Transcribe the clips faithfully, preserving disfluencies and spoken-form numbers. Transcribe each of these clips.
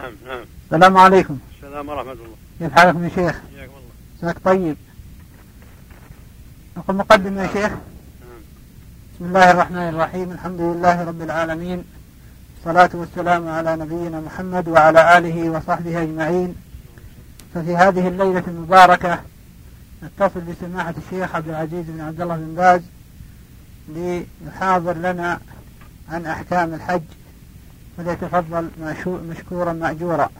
نعم نعم. السلام عليكم. السلام ورحمة الله. كيف حالكم يا شيخ؟ حياكم الله. مساك طيب. نقول مقدمة يا شيخ. نعم. بسم الله الرحمن الرحيم، الحمد لله رب العالمين، الصلاة والسلام على نبينا محمد وعلى آله وصحبه أجمعين. ففي هذه الليلة المباركة نتصل بسماحة الشيخ عبد العزيز بن عبد الله بن باز ليحاضر لنا عن أحكام الحج، فليتفضل مشكورا مأجورا.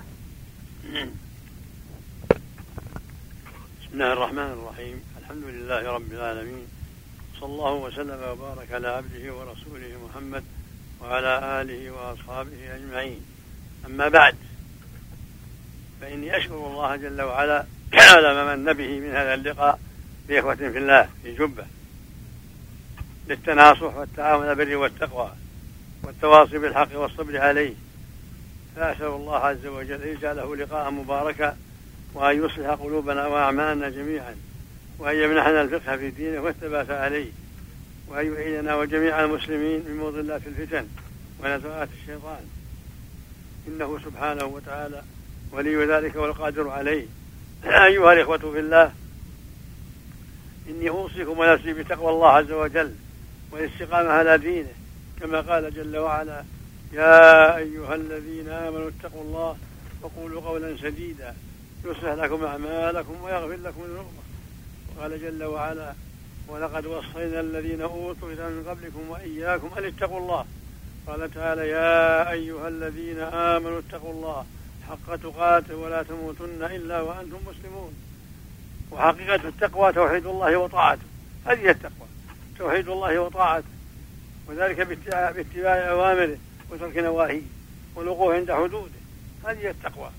بسم الله الرحمن الرحيم، الحمد لله رب العالمين، صلى الله وسلم وبارك على عبده ورسوله محمد وعلى آله وأصحابه أجمعين. أما بعد، فإني أشكر الله جل وعلا على ما من به من هذا اللقاء بإخوة في الله في جبة للتناصح والتعاون على البر والتقوى والتواصي بالحق والصبر عليه. فأسأل الله عز وجل أن يجعله لقاء مباركا، وأن يصلح قلوبنا وأعمالنا جميعا، وأن يمنحنا الفقه في دينه والثبات عليه، وأن يعيننا وجميع المسلمين من مضلات الفتن ونزغات الشيطان، إنه سبحانه وتعالى ولي ذلك والقادر عليه. أيها الإخوة في الله، إني أوصيكم ونفسي بتقوى الله عز وجل والاستقامة على دينه، كما قال جل وعلا: يا أيها الذين آمنوا اتقوا الله وقولوا قولا سديدا يصلح لكم أعمالكم ويغفر لكم ذنوبكم. وقال جل وعلا: ولقد وصينا الذين أوتوا الكتاب من قبلكم وإياكم أن اتقوا الله. قال تعالى: يا أيها الذين آمنوا اتقوا الله حق تقاته ولا تموتن إلا وأنتم مسلمون. وحقيقة التقوى توحيد الله وطاعته، هذه التقوى توحيد الله وطاعته، وذلك باتباع أوامره وترك نواهيه والوقوف عند حدوده، هذه التقوى.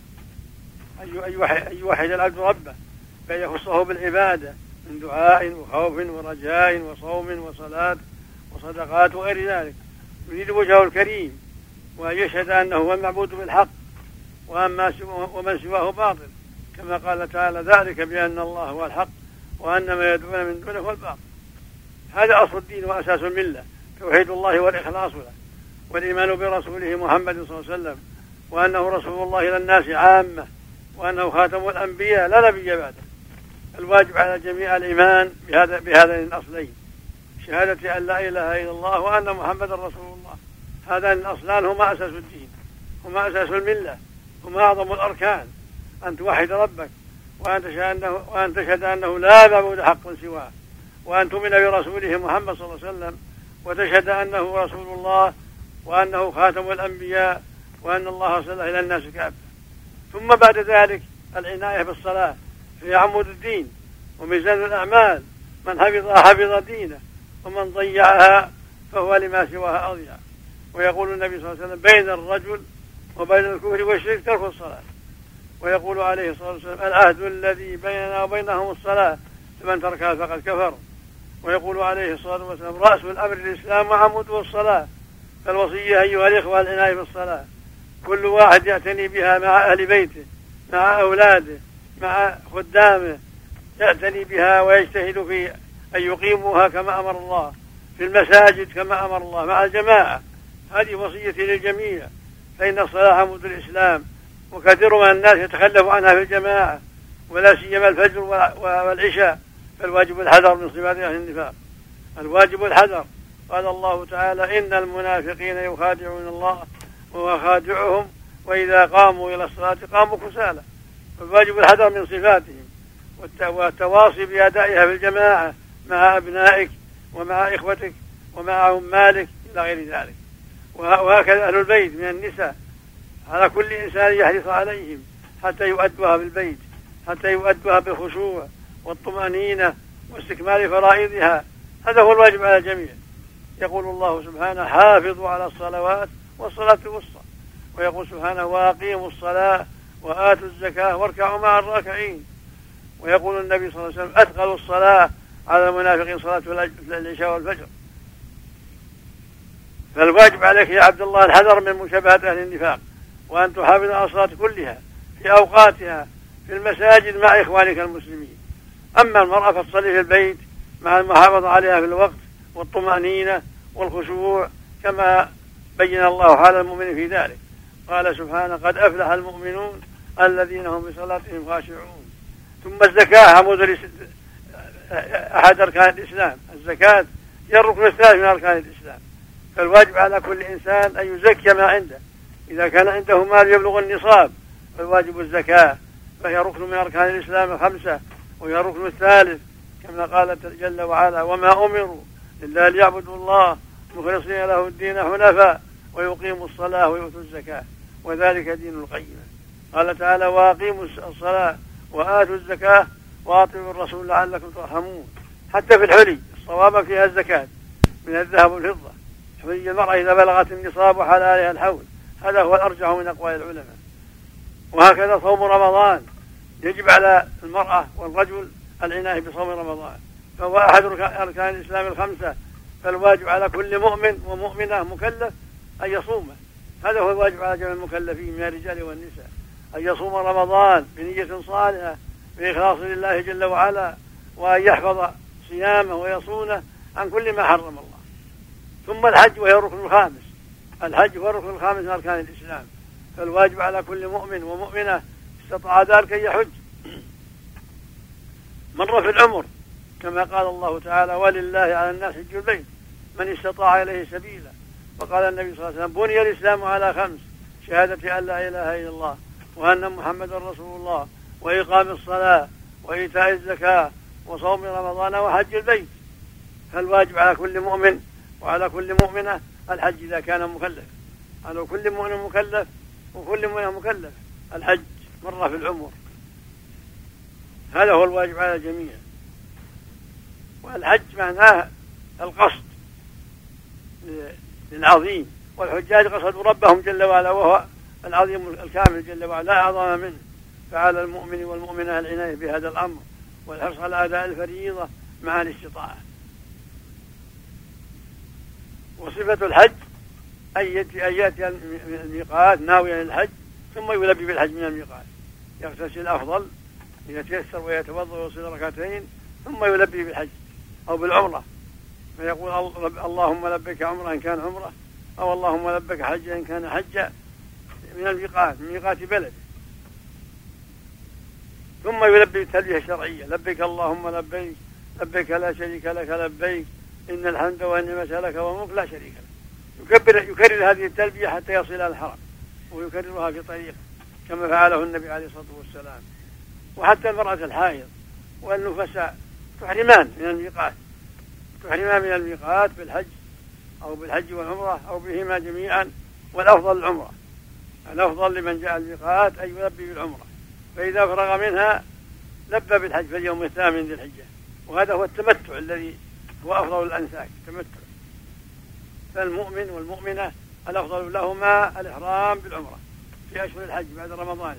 أن يوحد العبد ربه بأن يخصه بالعبادة من دعاء وخوف ورجاء وصوم وصلاة وصدقات وغير ذلك، يريد وجهه الكريم، وأن يشهد أنه هو المعبود بالحق ومن سواه باطل، كما قال تعالى: ذلك بأن الله هو الحق وأن ما يدعون من دونه هو الباطل. هذا أصل الدين وأساس الملة، توحيد الله والإخلاص له، والإيمان برسوله محمد صلى الله عليه وسلم، وأنه رسول الله إلى الناس عامة، وأنه خاتم الأنبياء لا نبي بعده. الواجب على جميع الإيمان بهذا بهذين الأصلين، شهادة أن لا إله إلا الله وأن محمد رسول الله. هذان الأصلان هما أساس الدين، هما أساس الملة، هما أعظم الأركان، أن توحد ربك وأن تشهد أنه, وأن تشهد أنه لا معبود حق سواه، وأن تؤمن برسوله محمد صلى الله عليه وسلم، وتشهد أنه رسول الله وأنه خاتم الأنبياء، وأن الله أرسله إلى الناس كافة. ثم بعد ذلك العناية بالصلاة، هي عمود الدين وميزان الأعمال، من حفظها حفظ دينه، ومن ضيعها فهو لما سواها أضيع. ويقول النبي صلى الله عليه وسلم: بين الرجل وبين الكفر والشرك ترك الصلاة. ويقول عليه الصلاة والسلام: العهد الذي بيننا وبينهم الصلاة، فمن تركها فقد كفر. ويقول عليه الصلاة والسلام: رأس الأمر الإسلام وعموده الصلاة. فالوصية أيها الإخوة العناية بالصلاة، كل واحد يعتني بها مع أهل بيته، مع أولاده، مع خدامه، يعتني بها ويجتهد في أن يقيموها كما أمر الله، في المساجد كما أمر الله، مع الجماعة. هذه وصيتي للجميع، فإن الصلاة عمود الإسلام، وكثير من الناس يتخلف عنها في الجماعة، ولا سيما الفجر والعشاء، فالواجب الحذر من صفات أهل النفاق، الواجب الحذر. قال الله تعالى: إن المنافقين يخادعون الله وهو خادعهم وإذا قاموا إلى الصلاة قاموا كسالى. فالواجب الحذر من صفاتهم والتواصي بأدائها في الجماعة مع أبنائك ومع إخوتك ومع عمالك إلى غير ذلك. وهكذا أهل البيت من النساء، على كل إنسان يحرص عليهم حتى يؤدوها بالبيت، حتى يؤدوها بالخشوع والطمأنينة واستكمال فرائضها. هذا هو الواجب على الجميع. يقول الله سبحانه: حافظوا على الصلوات والصلاة الوسطى. ويقول سبحانه: وأقيموا الصلاة وآتوا الزكاة واركعوا مع الراكعين. ويقول النبي صلى الله عليه وسلم: أثقل الصلاة على المنافقين صلاة العشاء والفجر. فالواجب عليك يا عبد الله الحذر من مشابهة أهل النفاق، وأن تحافظ على الصلاة كلها في أوقاتها في المساجد مع إخوانك المسلمين. أما المرأة فتصلي في البيت مع المحافظة عليها في الوقت والطمأنينة والخشوع، كما بين الله حال المؤمنين في ذلك. قال سبحانه قد أفلح المؤمنون الذين هم بصلاتهم خاشعون. ثم الزكاة عمود أحد أركان الإسلام. الزكاة هي الركن الثالث من أركان الإسلام، فالواجب على كل إنسان أن يزكي ما عنده. إذا كان عنده مال يبلغ النصاب فالواجب الزكاة، فهي ركن من أركان الإسلام الخمسة، وهي الركن الثالث كما قال جل وعلا وما أمروا إلا ليعبدوا الله مخلصين له الدين حنفاء ويقيموا الصلاة ويؤتوا الزكاة وذلك دين القيمة. قال تعالى وأقيموا الصلاة وآتوا الزكاة وأطيعوا الرسول لعلكم ترحمون. حتى في الحلي الصواب فيها الزكاة من الذهب والفضة. حلي المرأة إذا بلغت النصاب وحلالها الحول، هذا هو الأرجح من أقوال العلماء. وهكذا صوم رمضان يجب على المرأة والرجل العناية بصوم رمضان، فهو أحد أركان الإسلام الخمسة، فالواجب على كل مؤمن ومؤمنة مكلف أن يصومه. هذا هو الواجب على جميع المكلفين من الرجال والنساء، أن يصوم رمضان بنية صالحة بإخلاص لله جل وعلا، وأن يحفظ صيامه ويصونه عن كل ما حرم الله. ثم الحج وهي الركن الخامس. الحج هو الركن الخامس من أركان الإسلام، فالواجب على كل مؤمن ومؤمنة استطاع ذلك أن يحج مرة في العمر، كما قال الله تعالى ولله على الناس حج البيت من استطاع إليه سبيلا. وقال النبي صلى الله عليه وسلم بني الإسلام على خمس: شهادة أن لا إله إلا الله وأن محمد رسول الله وإقام الصلاة وإيتاء الزكاة وصوم رمضان وحج البيت. فالواجب على كل مؤمن وعلى كل مؤمنة الحج إذا كان مكلف، على كل مؤمن مكلف وكل مؤمنة مكلف الحج مرة في العمر. هذا هو الواجب على الجميع. والحج معناه القصد للعظيم، والحجاج قصدوا ربهم جل وعلا وهو العظيم الكامل جل وعلا لا أعظم منه. فعلى المؤمن والمؤمنة العناية بهذا الأمر والحرص على أداء الفريضة مع الاستطاعة. وصفة الحج أن يأتي الميقات ناويا للحج ثم يلبي بالحج من الميقات، يغتسل أفضل يتيسر ويتوضأ ويصلي ركعتين ثم يلبي بالحج أو بالعمرة، فيقول اللهم لبك عمرة إن كان عمرة، أو اللهم لبك حجة إن كان حجة، من الميقات من ميقات بلده. ثم يلبي بالتلبية الشرعية لبيك اللهم لبيك لبيك لا شريك لك لبيك إن الحمد والنعمة لك والملك لا شريك لك. يكبر يكرر هذه التلبية حتى يصل إلى الحرم، ويكررها في طريقه كما فعله النبي عليه الصلاة والسلام. وحتى المرأة الحائض والنفساء تحرمان من الميقات، تحرمان من الميقات بالحج أو بالحج والعمرة أو بهما جميعا، والأفضل العمرة. الأفضل لمن جاء الميقات أن يلبي بالعمرة، فإذا فرغ منها لبى بالحج في اليوم الثامن ذي الحجة، وهذا هو التمتع الذي هو أفضل الأنساك التمتع. فالمؤمن والمؤمنة الأفضل لهما الإحرام بالعمرة في أشهر الحج بعد رمضان.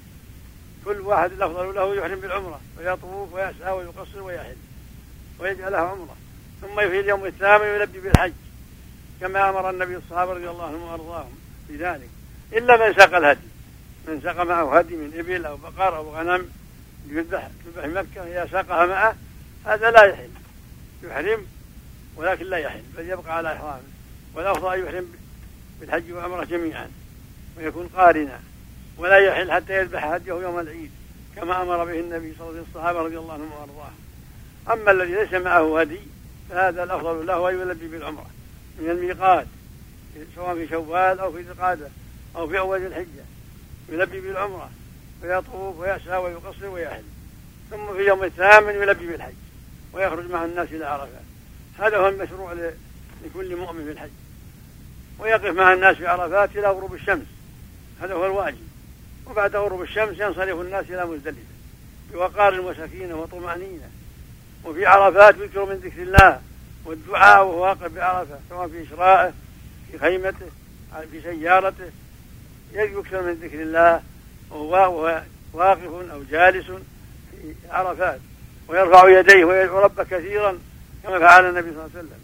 كل واحد الأفضل له يحرم بالعمرة ويطوف ويسعى ويقصر ويحل ويجعلها عمرة، ثم في اليوم الثامن يلبي بالحج كما أمر النبي الصحابة رضي الله عنهم وأرضاهم بذلك، إلا من ساق الهدي، من ساق معه هدي من إبل أو بقر أو غنم يذبح في مكة إذا ساقها معه هذا لا يحل، يحرم ولكن لا يحل بل يبقى على إحرامه. والأفضل أن يحرم بالحج والعمرة جميعا ويكون قارنا، ولا يحل حتى يذبح هديه يوم العيد كما أمر به النبي صلى الله عليه وسلم الصحابة رضي الله عنهم وأرضاهم. أما الذي ليس معه هدي فهذا الأفضل له أن يلبي بالعمرة من الميقات سواء في شوال أو في ذي القعدة أو في أول الحجة، يلبي بالعمرة ويطوف ويسعى ويقصر ويحل، ثم في يوم الثامن يلبي بالحج ويخرج مع الناس إلى عرفات. هذا هو المشروع لكل مؤمن في الحج، ويقف مع الناس في عرفات إلى غروب الشمس، هذا هو الواجب. وبعد غروب الشمس ينصرف الناس إلى مزدلفة بوقار وسكينة وطمأنينة. وفي عرفات يذكر من ذكر الله والدعاء وهو واقف بعرفة، سواء في إشراءه في خيمته في سيارته، يكثر من ذكر الله وهو واقف أو جالس في عرفات، ويرفع يديه ويدعو ربه كثيرا كما فعل النبي صلى الله عليه وسلم.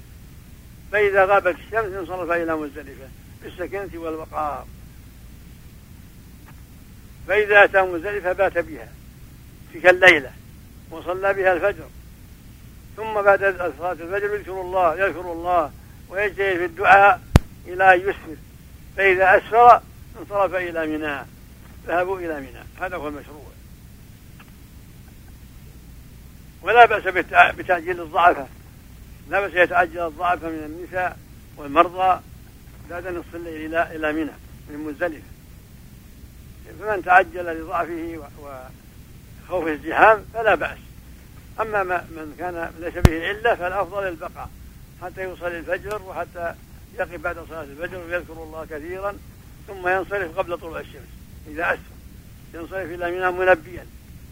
فإذا غابت الشمس انصرف إلى مزدلفة بالسكينة والوقار، فإذا أتى مزدلفة بات بها تلك الليلة وصلى بها الفجر، ثم بعد صلاة الفجر يذكر الله يذكر الله ويجتهد في الدعاء إلى أن يسفر، فإذا أسفر انصرف إلى منى، ذهبوا إلى منى، هذا هو المشروع. ولا بأس بتعجيل الضعفة، لا بأس يتعجل الضعفة من النساء والمرضى بعد نصف الليل إلى إلى منى من مزدلفة، فمن تعجل لضعفه وخوف الزحام فلا بأس. أما من كان ليس به علة فالأفضل البقاء حتى يصلي الفجر، وحتى يقف بعد صلاة الفجر ويذكر الله كثيرا، ثم ينصرف قبل طلوع الشمس إذا أسفر، ينصرف إلى منى منبيا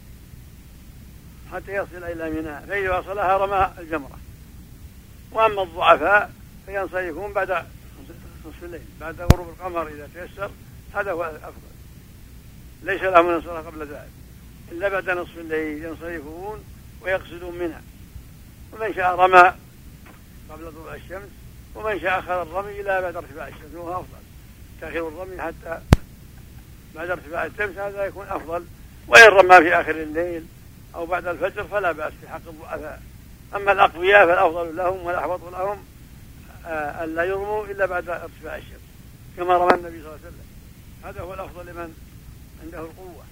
حتى يصل إلى منى، فإذا وصلها رمى الجمرة. وأما الضعفاء فينصرفون بعد نصف الليل بعد غروب القمر إذا تيسر، هذا هو الأفضل، ليس لهم أن ينصرف قبل ذلك إلا بعد نصف الليل ينصرفون ويقصدون منى. ومن شاء رمى قبل طلوع الشمس، ومن شاء أخر الرمي إلى بعد ارتفاع الشمس، وهو أفضل. تأخير الرمي حتى بعد ارتفاع الشمس هذا يكون أفضل، وإن رمى في آخر الليل أو بعد الفجر فلا بأس في حق الضعفاء. أما الأقوياء فالأفضل لهم والأحوط لهم أن لا يرموا إلا بعد ارتفاع الشمس كما رمى النبي صلى الله عليه وسلم، هذا هو الأفضل لمن عنده القوة.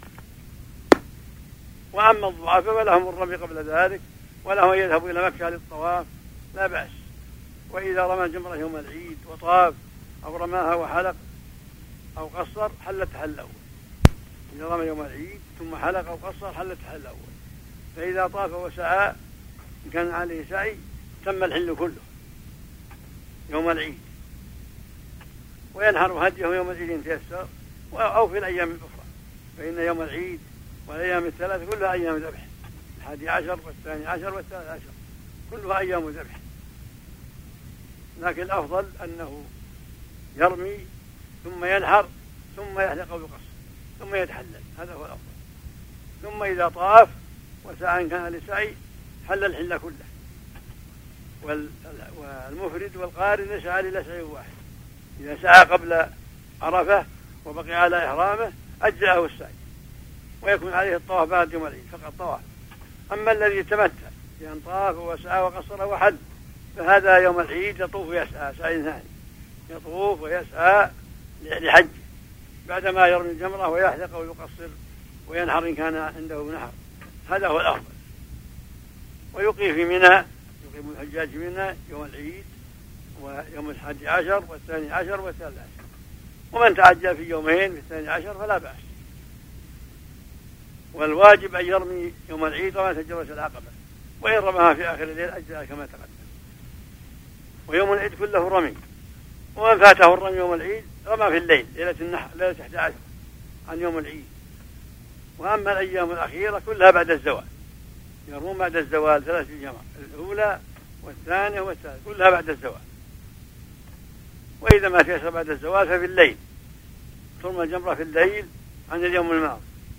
وأما الضعفاء فلهم الرمي قبل ذلك، ولهم أن يذهبوا إلى مكة للطواف، لا بأس. وإذا رمى الجمرة يوم العيد وطاف أو رماها وحلق أو قصر حل التحل الأول. إذا رمى يوم العيد ثم حلق أو قصر حل التحل الأول. فإذا طاف وسعى إن كان عليه سعي تم الحل كله يوم العيد، وينحر هديه يوم العيد إن تيسر أو في الأيام الأخرى، فإن يوم العيد والأيام الثلاث كلها أيام ذبح، الحادي عشر والثاني عشر والثالث عشر كلها أيام ذبح. لكن الأفضل أنه يرمي ثم ينحر ثم يحلق أو يقصر ثم يتحلل، هذا هو الأفضل. ثم إذا طاف وسعى إن كان لسعي حل الحل كله. والمفرد والقارن يسعى لسعي واحد، إذا سعى قبل عرفة وبقي على إحرامه أجزأه السعي ويكون عليه الطواف بعد يوم العيد فقط طواف. أما الذي تمتع بأن طاف وسعى وقصر وحل فهذا يوم العيد يطوف ويسعى سعي ثاني، يطوف ويسعى لحج بعدما يرمي الجمرة ويحلق ويقصر وينحر إن كان عنده نحر، هذا هو الأفضل. ويقيم في منى، يقيم الحجاج في منى يوم العيد ويوم الحادي عشر والثاني عشر والثالث عشر، ومن تعجل في يومين في الثاني عشر فلا بأس. والواجب أن يرمي يوم العيد وما تجاوز العقبة، وإن رماها في آخر الليل أجزاء كما تقدم. ويوم العيد كله رمي، ومن فاته الرمي يوم العيد رمى في الليل ليلة النحر ليلة أحد عشر عن يوم العيد. وأما الأيام الأخيرة كلها بعد الزوال، يرمون بعد الزوال ثلاث جمرات، الأولى والثانية والثالثة كلها بعد الزوال. وإذا ما تيسر بعد الزوال ففي الليل ترمى الجمرة في الليل عن اليوم الماضي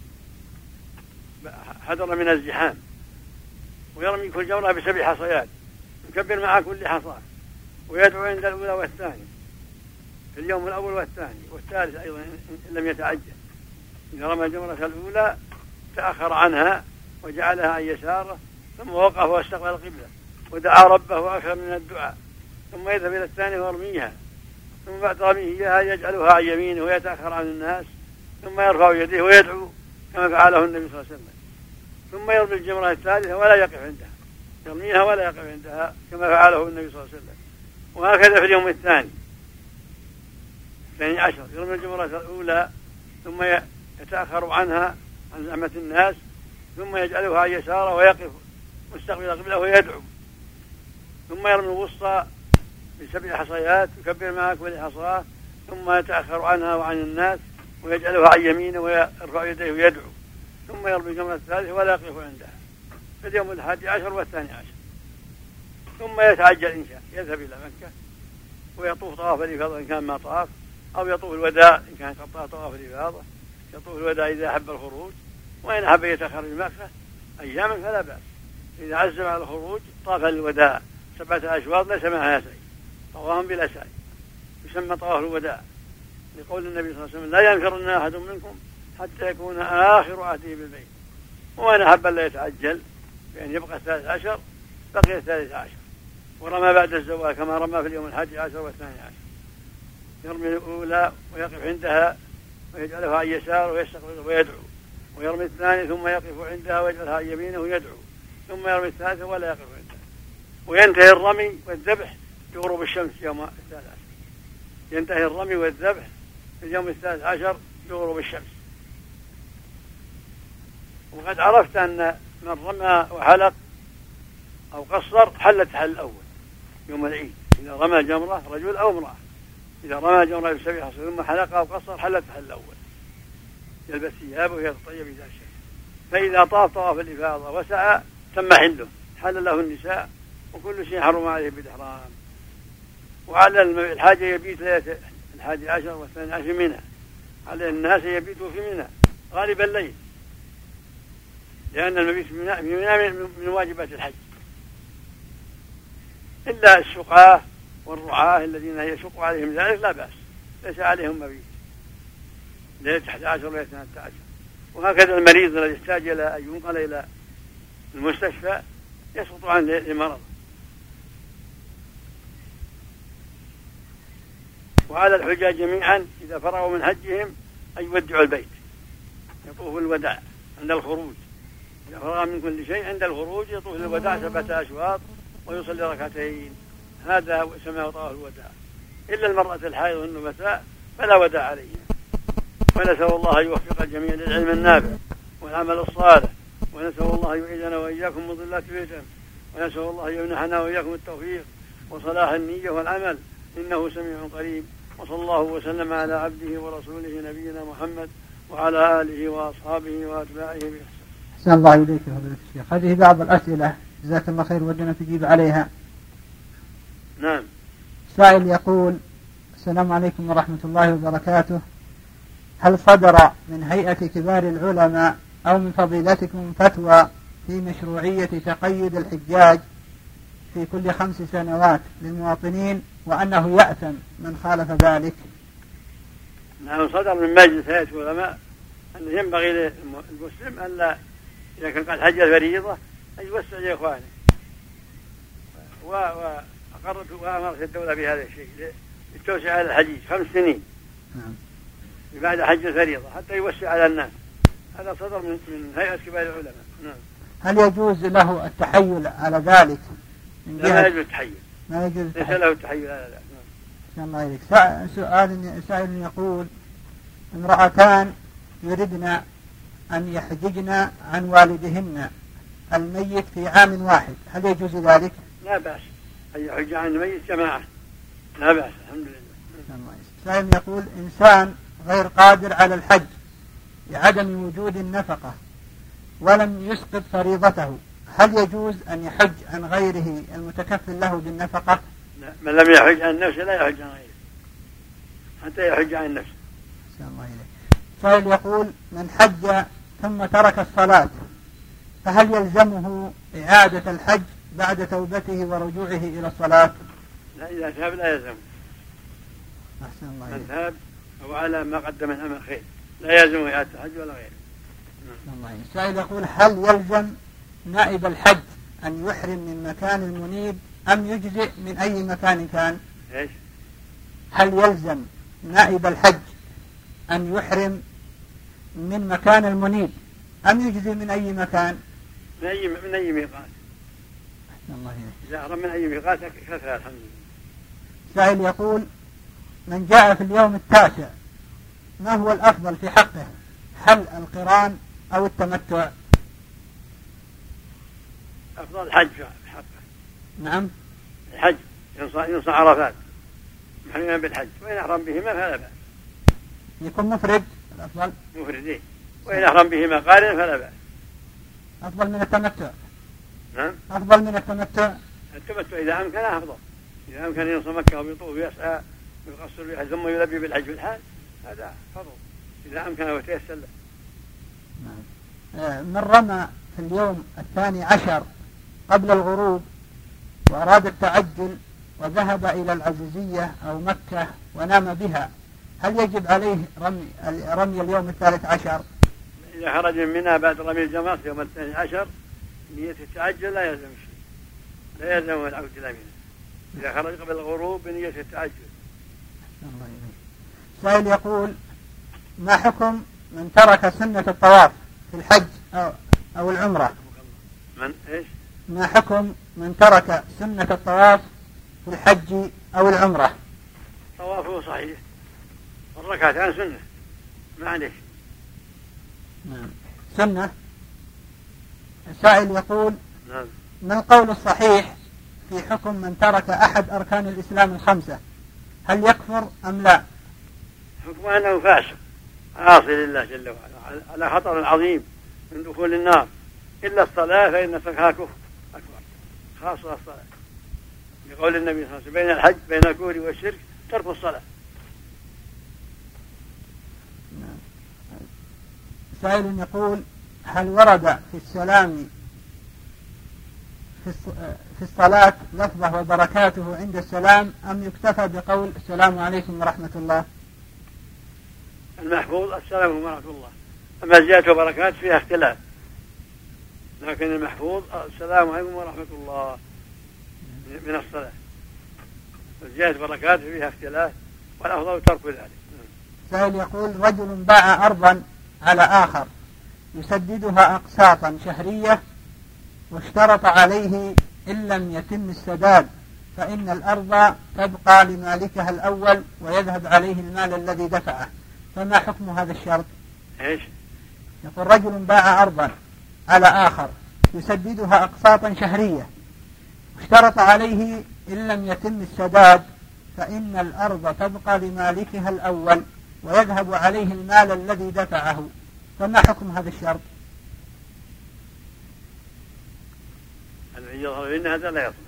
حذر من الزحام، ويرمي كل جمرة بسبع حصيات يكبر مع كل حصاة، ويدعو عند الأولى والثانية في اليوم الأول والثاني والثالث أيضا إن لم يتعجل. إذا رمى الجمرة الأولى تأخر عنها وجعلها عن يساره ثم وقف واستقبل القبلة ودعا ربه وأكثر من الدعاء، ثم يذهب إلى الثانية ويرميها، ثم بعد رميه إياها يجعلها عن يمينه ويتأخر عن الناس، ثم يرفع يديه ويدعو كما فعله النبي صلى الله عليه وسلم، ثم يرمي الجمرة الثالثة ولا يقف عندها، يرميها ولا يقف عندها كما فعله النبي صلى الله عليه وسلم. وهكذا في اليوم الثاني الثاني عشر يرمي الجمرة الأولى ثم يتأخر عنها عن زحمة الناس، ثم يجعلها عن يساره ويقف مستقبل القبلة ويدعو، ثم يرمي الوسطى بسبع حصيات يكبر مع كل حصاة، ثم يتأخر عنها وعن الناس ويجعلها عن يمينه ويرفع يديه ويدعو، ثم يرمي الجمرة الثالثة ولا يقف عندها في اليوم الحادي عشر والثاني عشر. ثم يتعجل إن شاء يذهب إلى مكة ويطوف طواف الإفاضة إن كان ما طاف، أو يطوف الوداع إن كان قد طواف الإفاضة، يطوف الوداع إذا أحب الخروج، وإن أحب يتخرج مكة أياما فلا بأس. إذا عزم على الخروج طاف الوداع سبعة أشواط ليس معها سعي، طواف بلا سعي يسمى طواف الوداع، لقول النبي صلى الله عليه وسلم لا ينفرن أحد منكم حتى يكون آخر عهده بالبيت. وإن أحب لا يتعجل بأن يبقى الثالث عشر بقي الثالث عشر ورمى بعد الزوال كما رمى في اليوم الحادي عشر والثاني عشر. يرمي الأولى ويقف عندها ويجعلها عن يساره ويستقبل ويدعو، ويرمي الثاني ثم يقف عندها ويجعلها عن يمينه ويدعو، ثم يرمي الثالث ولا يقف عندها، وينتهي الرمي والذبح بغروب الشمس يوم الثالث عشر. ينتهي الرمي والذبح في اليوم الثالث عشر بغروب الشمس. وقد عرفت أن من رمى وحلق أو قصر حل تحل الأول يوم العيد، إذا رمى جمرة رجل أو امرأة، إذا رمى جمرة بسبع حصى ثم حلق أو قصر حل تحل الأول، يلبس ثيابه ويتطيب إذا شاء. فإذا طاف طواف الإفاضة وسعى تم حله، حل له النساء وكل شيء حرم عليه بالإحرام. وعلى الحاجة يبيت ليلة الحادي عشر والثاني عشر منى، على الناس يبيتوا في منى غالب الليل، لأن المبيت في منى من واجبات الحج، إلا السقاة والرعاة الذين يشق عليهم ذلك لا بأس، ليس عليهم مبيت ليلة أحد عشر وليلة اثنتا عشر. وهكذا المريض الذي يحتاج إلى أن ينقل إلى المستشفى يسقط عنه لمرض. وعلى الحجاج جميعا إذا فرغوا من حجهم أن يودعوا البيت، يطوفوا الوداع عند الخروج، إذا فرغ من كل شيء عند الخروج يطوف الوداع سبعة أشواط ويصلي ركعتين، هذا سماه طواف الوداع. إلا المرأة الحائض والنفساء فلا وداع عليها. ونسأل الله يوفق الجميع للعلم النافع والعمل الصالح، ونسأل الله يعيذنا وإياكم من ضلات الفتن، ونسأل الله يمنحنا وإياكم التوفيق وصلاح النية والعمل، إنه سميع قريب. وصلى الله وسلم على عبده ورسوله نبينا محمد وعلى آله وأصحابه وأتباعه بإحسان. أحسن الله إليك يا فضيلة الشيخ. هذه بعض الأسئلة جزاك الله خير ودنا تجيب عليها. نعم. سائل يقول: السلام عليكم ورحمة الله وبركاته، هل صدر من هيئة كبار العلماء أو من فضيلتكم فتوى في مشروعية تقيد الحجاج في كل خمس سنوات للمواطنين وأنه يأثم من خالف ذلك؟ نعم، صدر من مجلس هيئة العلماء أنه ينبغي للمسلم أن لا، إذا كان قد حج الفريضة أن يوسع لإخوانه، وأقرت وأمرت الدولة بهذا الشيء للتوسع على الحجيج خمس سنين بعد حج الفريضة حتى يوسع على الناس. هذا صدر من, من هيئة كبار العلماء. نعم. هل يجوز له التحيل على ذلك؟ لا، ما يجوز التحيل، ما يجوز ليس له التحيل على ذلك. نعم. الله عليك. سؤال سائل يقول: امرأتان يردن أن يحججن عن والدهن الميت في عام واحد، هل يجوز ذلك؟ لا بأس أن يحج عن الميت جماعة، لا بأس، الحمد لله. سائل يقول: إنسان غير قادر على الحج لعدم وجود النفقة ولم يسقط فريضته، هل يجوز أن يحج عن غيره المتكفل له بالنفقة؟ لا، من لم يحج عن نفسه لا يحج عن غيره حتى يحج عن نفسه. الله إليك. سائل يقول: من حج ثم ترك الصلاة فهل يلزمه إعادة الحج بعد توبته ورجوعه إلى الصلاة؟ لا، إذا تاب لا يلزمه. أحسن الله من تاب أو على ما قدم من عمل خير لا يلزمه إعادة الحج ولا غيره. الله. سائل يقول: هل يلزم نائب الحج أن يحرم من مكان المنيب أم يجزئ من أي مكان كان؟ إيش؟ هل يلزم نائب الحج أن يحرم من مكان المنيب أم يجزئ من أي مكان؟ من أي من أي ميقات. الله. إذا أحرم من أي ميقات كفى الحمد لله. سائل يقول: من جاء في اليوم التاسع ما هو الأفضل في حقه، هل القران أو التمتع؟ أفضل الحج في حقه. نعم، الحج ينصى عرفات محرما بالحج، وإن أحرم بهما فلا بأس. يكون مفرد الأفضل. مفردين، وإن أحرم بهما قارن فلا بأس. أفضل من التمتع. نعم، أفضل من التمتع. التمتع إذا أمكن أفضل، إذا أمكن ينصى مكة ويطوف ويسعى ويقصر بها ثم يلبي بالحج في الحال هذا فضل إذا أمكن وتيسر له. نعم. من رمى في اليوم الثاني عشر قبل الغروب وأراد التعجل وذهب إلى العزيزية أو مكة ونام بها، هل يجب عليه رمي, رمي اليوم الثالث عشر؟ إذا خرج من منى بعد رمي الجمرة يوم الثاني عشر نية التعجل لا يلزم شيء، لا يلزم العود إلى منى إذا خرج قبل الغروب بنية التعجل. الله يبارك. سائل يقول: ما حكم من ترك سنة الطواف في الحج أو, أو العمرة؟ من إيش؟ ما حكم من ترك سنة الطواف في الحج أو العمرة؟ طوافه صحيح، الركعتان سنة ما عليك. نعم سنة. السائل يقول: نعم. ما القول الصحيح في حكم من ترك أحد أركان الإسلام الخمسة؟ هل يكفر أم لا؟ حكم أنه فاسق عاصي لله جل وعلا على خطر عظيم من دخول النار، إلا الصلاة فإن تركها كفر أكبر، خاصة الصلاة، لقول النبي صلى الله عليه وسلم: بين الحج بين الكفر والشرك ترك الصلاة. سائل يقول: هل ورد في السلام في الصلاة لفظه وبركاته عند السلام أم يكتفى بقول السلام عليكم ورحمة الله؟ المحفوظ السلام ورحمة الله، أما زيادة وبركات فيها اختلاف، لكن المحفوظ السلام عليكم ورحمة الله من الصلاة، زيادة بركات فيها اختلاف، والأفضل ترك ذلك. سائل يقول: رجل باع أرضا على آخر يسددها أقساطا شهرية واشترط عليه إن لم يتم السداد فإن الأرض تبقى لمالكها الأول ويذهب عليه المال الذي دفعه، فما حكم هذا الشرط؟ إيش؟ يقول: رجل باع أرضا على آخر يسددها أقساطا شهرية اشترط عليه إن لم يتم السداد فإن الأرض تبقى لمالكها الأول ويذهب عليه المال الذي دفعه، فما حكم هذا الشرط؟ الذي يظهر إن هذا لا يصلح،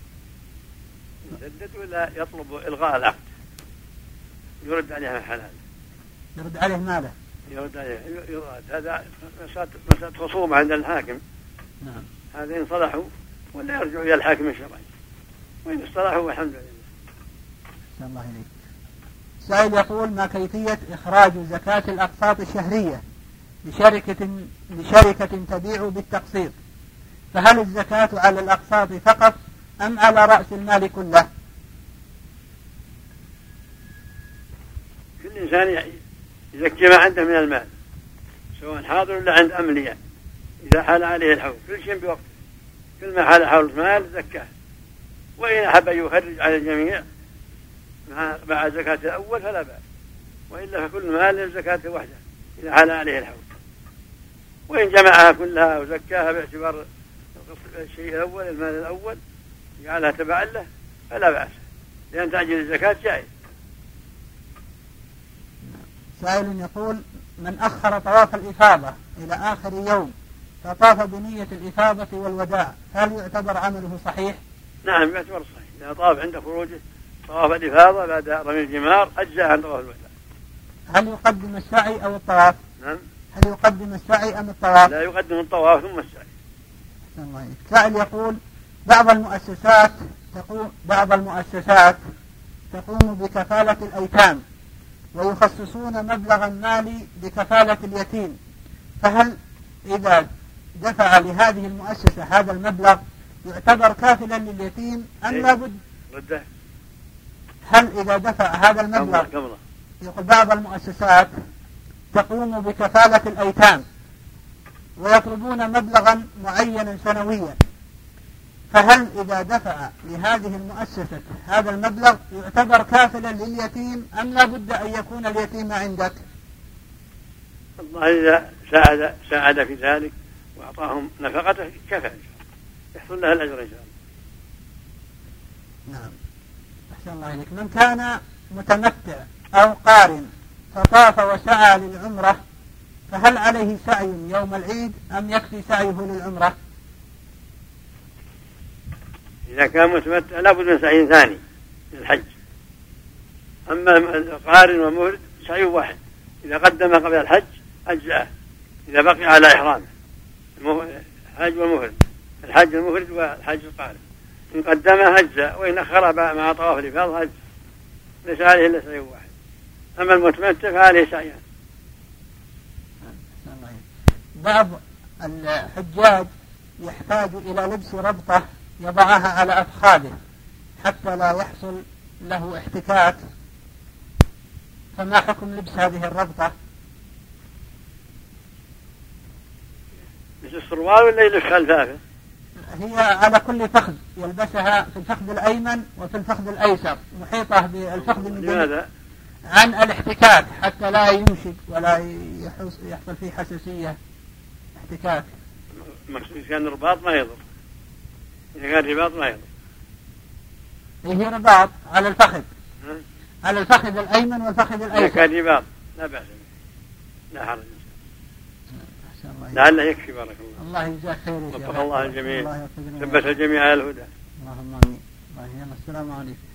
يسدد ولا يطلب إلغاء العقد، يرد عليه حلال، يرد عليه ماله، يرد عليه يرد. هذا مسألة خصومة عند الحاكم. نعم. هذا إن صلحوا ولا يرجع إلى الحاكم الشرعي، وإن اصطلحوا والحمد لله. أحسن الله إليك. سائل يقول: ما كيفية إخراج زكاة الأقساط الشهرية لشركة لشركة تبيع بالتقسيط؟ فهل الزكاة على الأقساط فقط أم على رأس المال كله؟ كل إنسان يزكي ما عنده من المال، سواء حاضر ولا عند أملياء، إذا حال عليه الحول كل شيء بوقته، كل ما حال حول المال زكاه، وإن أحب أن يخرج على الجميع مع زكاة الأول فلا بأس، وإلا فكل مال للزكاة وحده إذا حال عليه الحول، وإن جمعها كلها وزكاها باعتبار الشيء الأول المال الأول جعلها تبعا له فلا بأس، لأن تعجيل الزكاة جائز. سائل يقول: من أخر طواف الإفاضة إلى آخر يوم فطاف بنية الإفاضة والوداع هل يعتبر عمله صحيح؟ نعم يعتبر صحيح، إذا طاف عند خروجه طواف الإفاضة بعد رمي الجمار أجزاء عن طواف الوداع. هل يقدم السعي أو الطواف؟ نعم. هل يقدم السعي أم الطواف؟ لا، يقدم الطواف ثم السعي. سائل يقول: بعض المؤسسات تقوم بعض المؤسسات تقوم بكفالة الأيتام ويخصصون مبلغا مالي لكفالة اليتيم، فهل إذا دفع لهذه المؤسسة هذا المبلغ يعتبر كافلا لليتيم أم لا بد؟ رده. هل إذا دفع هذا المبلغ، يقول بعض المؤسسات تقوم بكفالة الأيتام ويطلبون مبلغا معينا سنويا، فهل إذا دفع لهذه المؤسسة هذا المبلغ يعتبر كافلا لليتيم أم لا بد أن يكون اليتيم عندك؟ الله إذا ساعد, ساعد في ذلك وأعطاهم نفقته كفى يحصل لها الأجر إن شاء الله. نعم. أحسن الله إليك. من كان متمتع أو قارن فطاف وسعى للعمرة فهل عليه سعي يوم العيد أم يكفي سعيه للعمرة؟ إذا كان متمتع لا بد من سعي ثاني للحج، أما القارن والمفرد سعي واحد، إذا قدم قبل الحج أجزأه إذا بقي على إحرامه، الحج والمفرد، الحج المفرد والحج القارن، إن قدمه أجزأ وإن أخر مع طواف الإفاضة أجزأ، ليس عليه إلا سعي واحد. أما المتمتع فعليه سعيان. بعض الحجاج يحتاج إلى لبس ربطة يضعها على أفخاذه حتى لا يحصل له احتكاك فما حكم لبس هذه الربطة؟ مثل السروال ولا يلف خلفافه؟ هي على كل فخذ يلبسها، في الفخذ الأيمن وفي الفخذ الأيسر، محيطة بالفخذ لماذا؟ عن الاحتكاك حتى لا ينشد ولا يحصل فيه حساسية احتكاك. مقصود كان رباط ما يضر، إذا كان رباط ما يضر. هي رباط على الفخذ، على الفخذ الأيمن والفخذ الأيسر. إذا كان رباط لا بأس، لا حرج، لعله يكفي. بارك الله. الله يجزاك خير. وفق الله الجميع، ثبت الجميع على الهدى. اللهم آمين. السلام عليكم.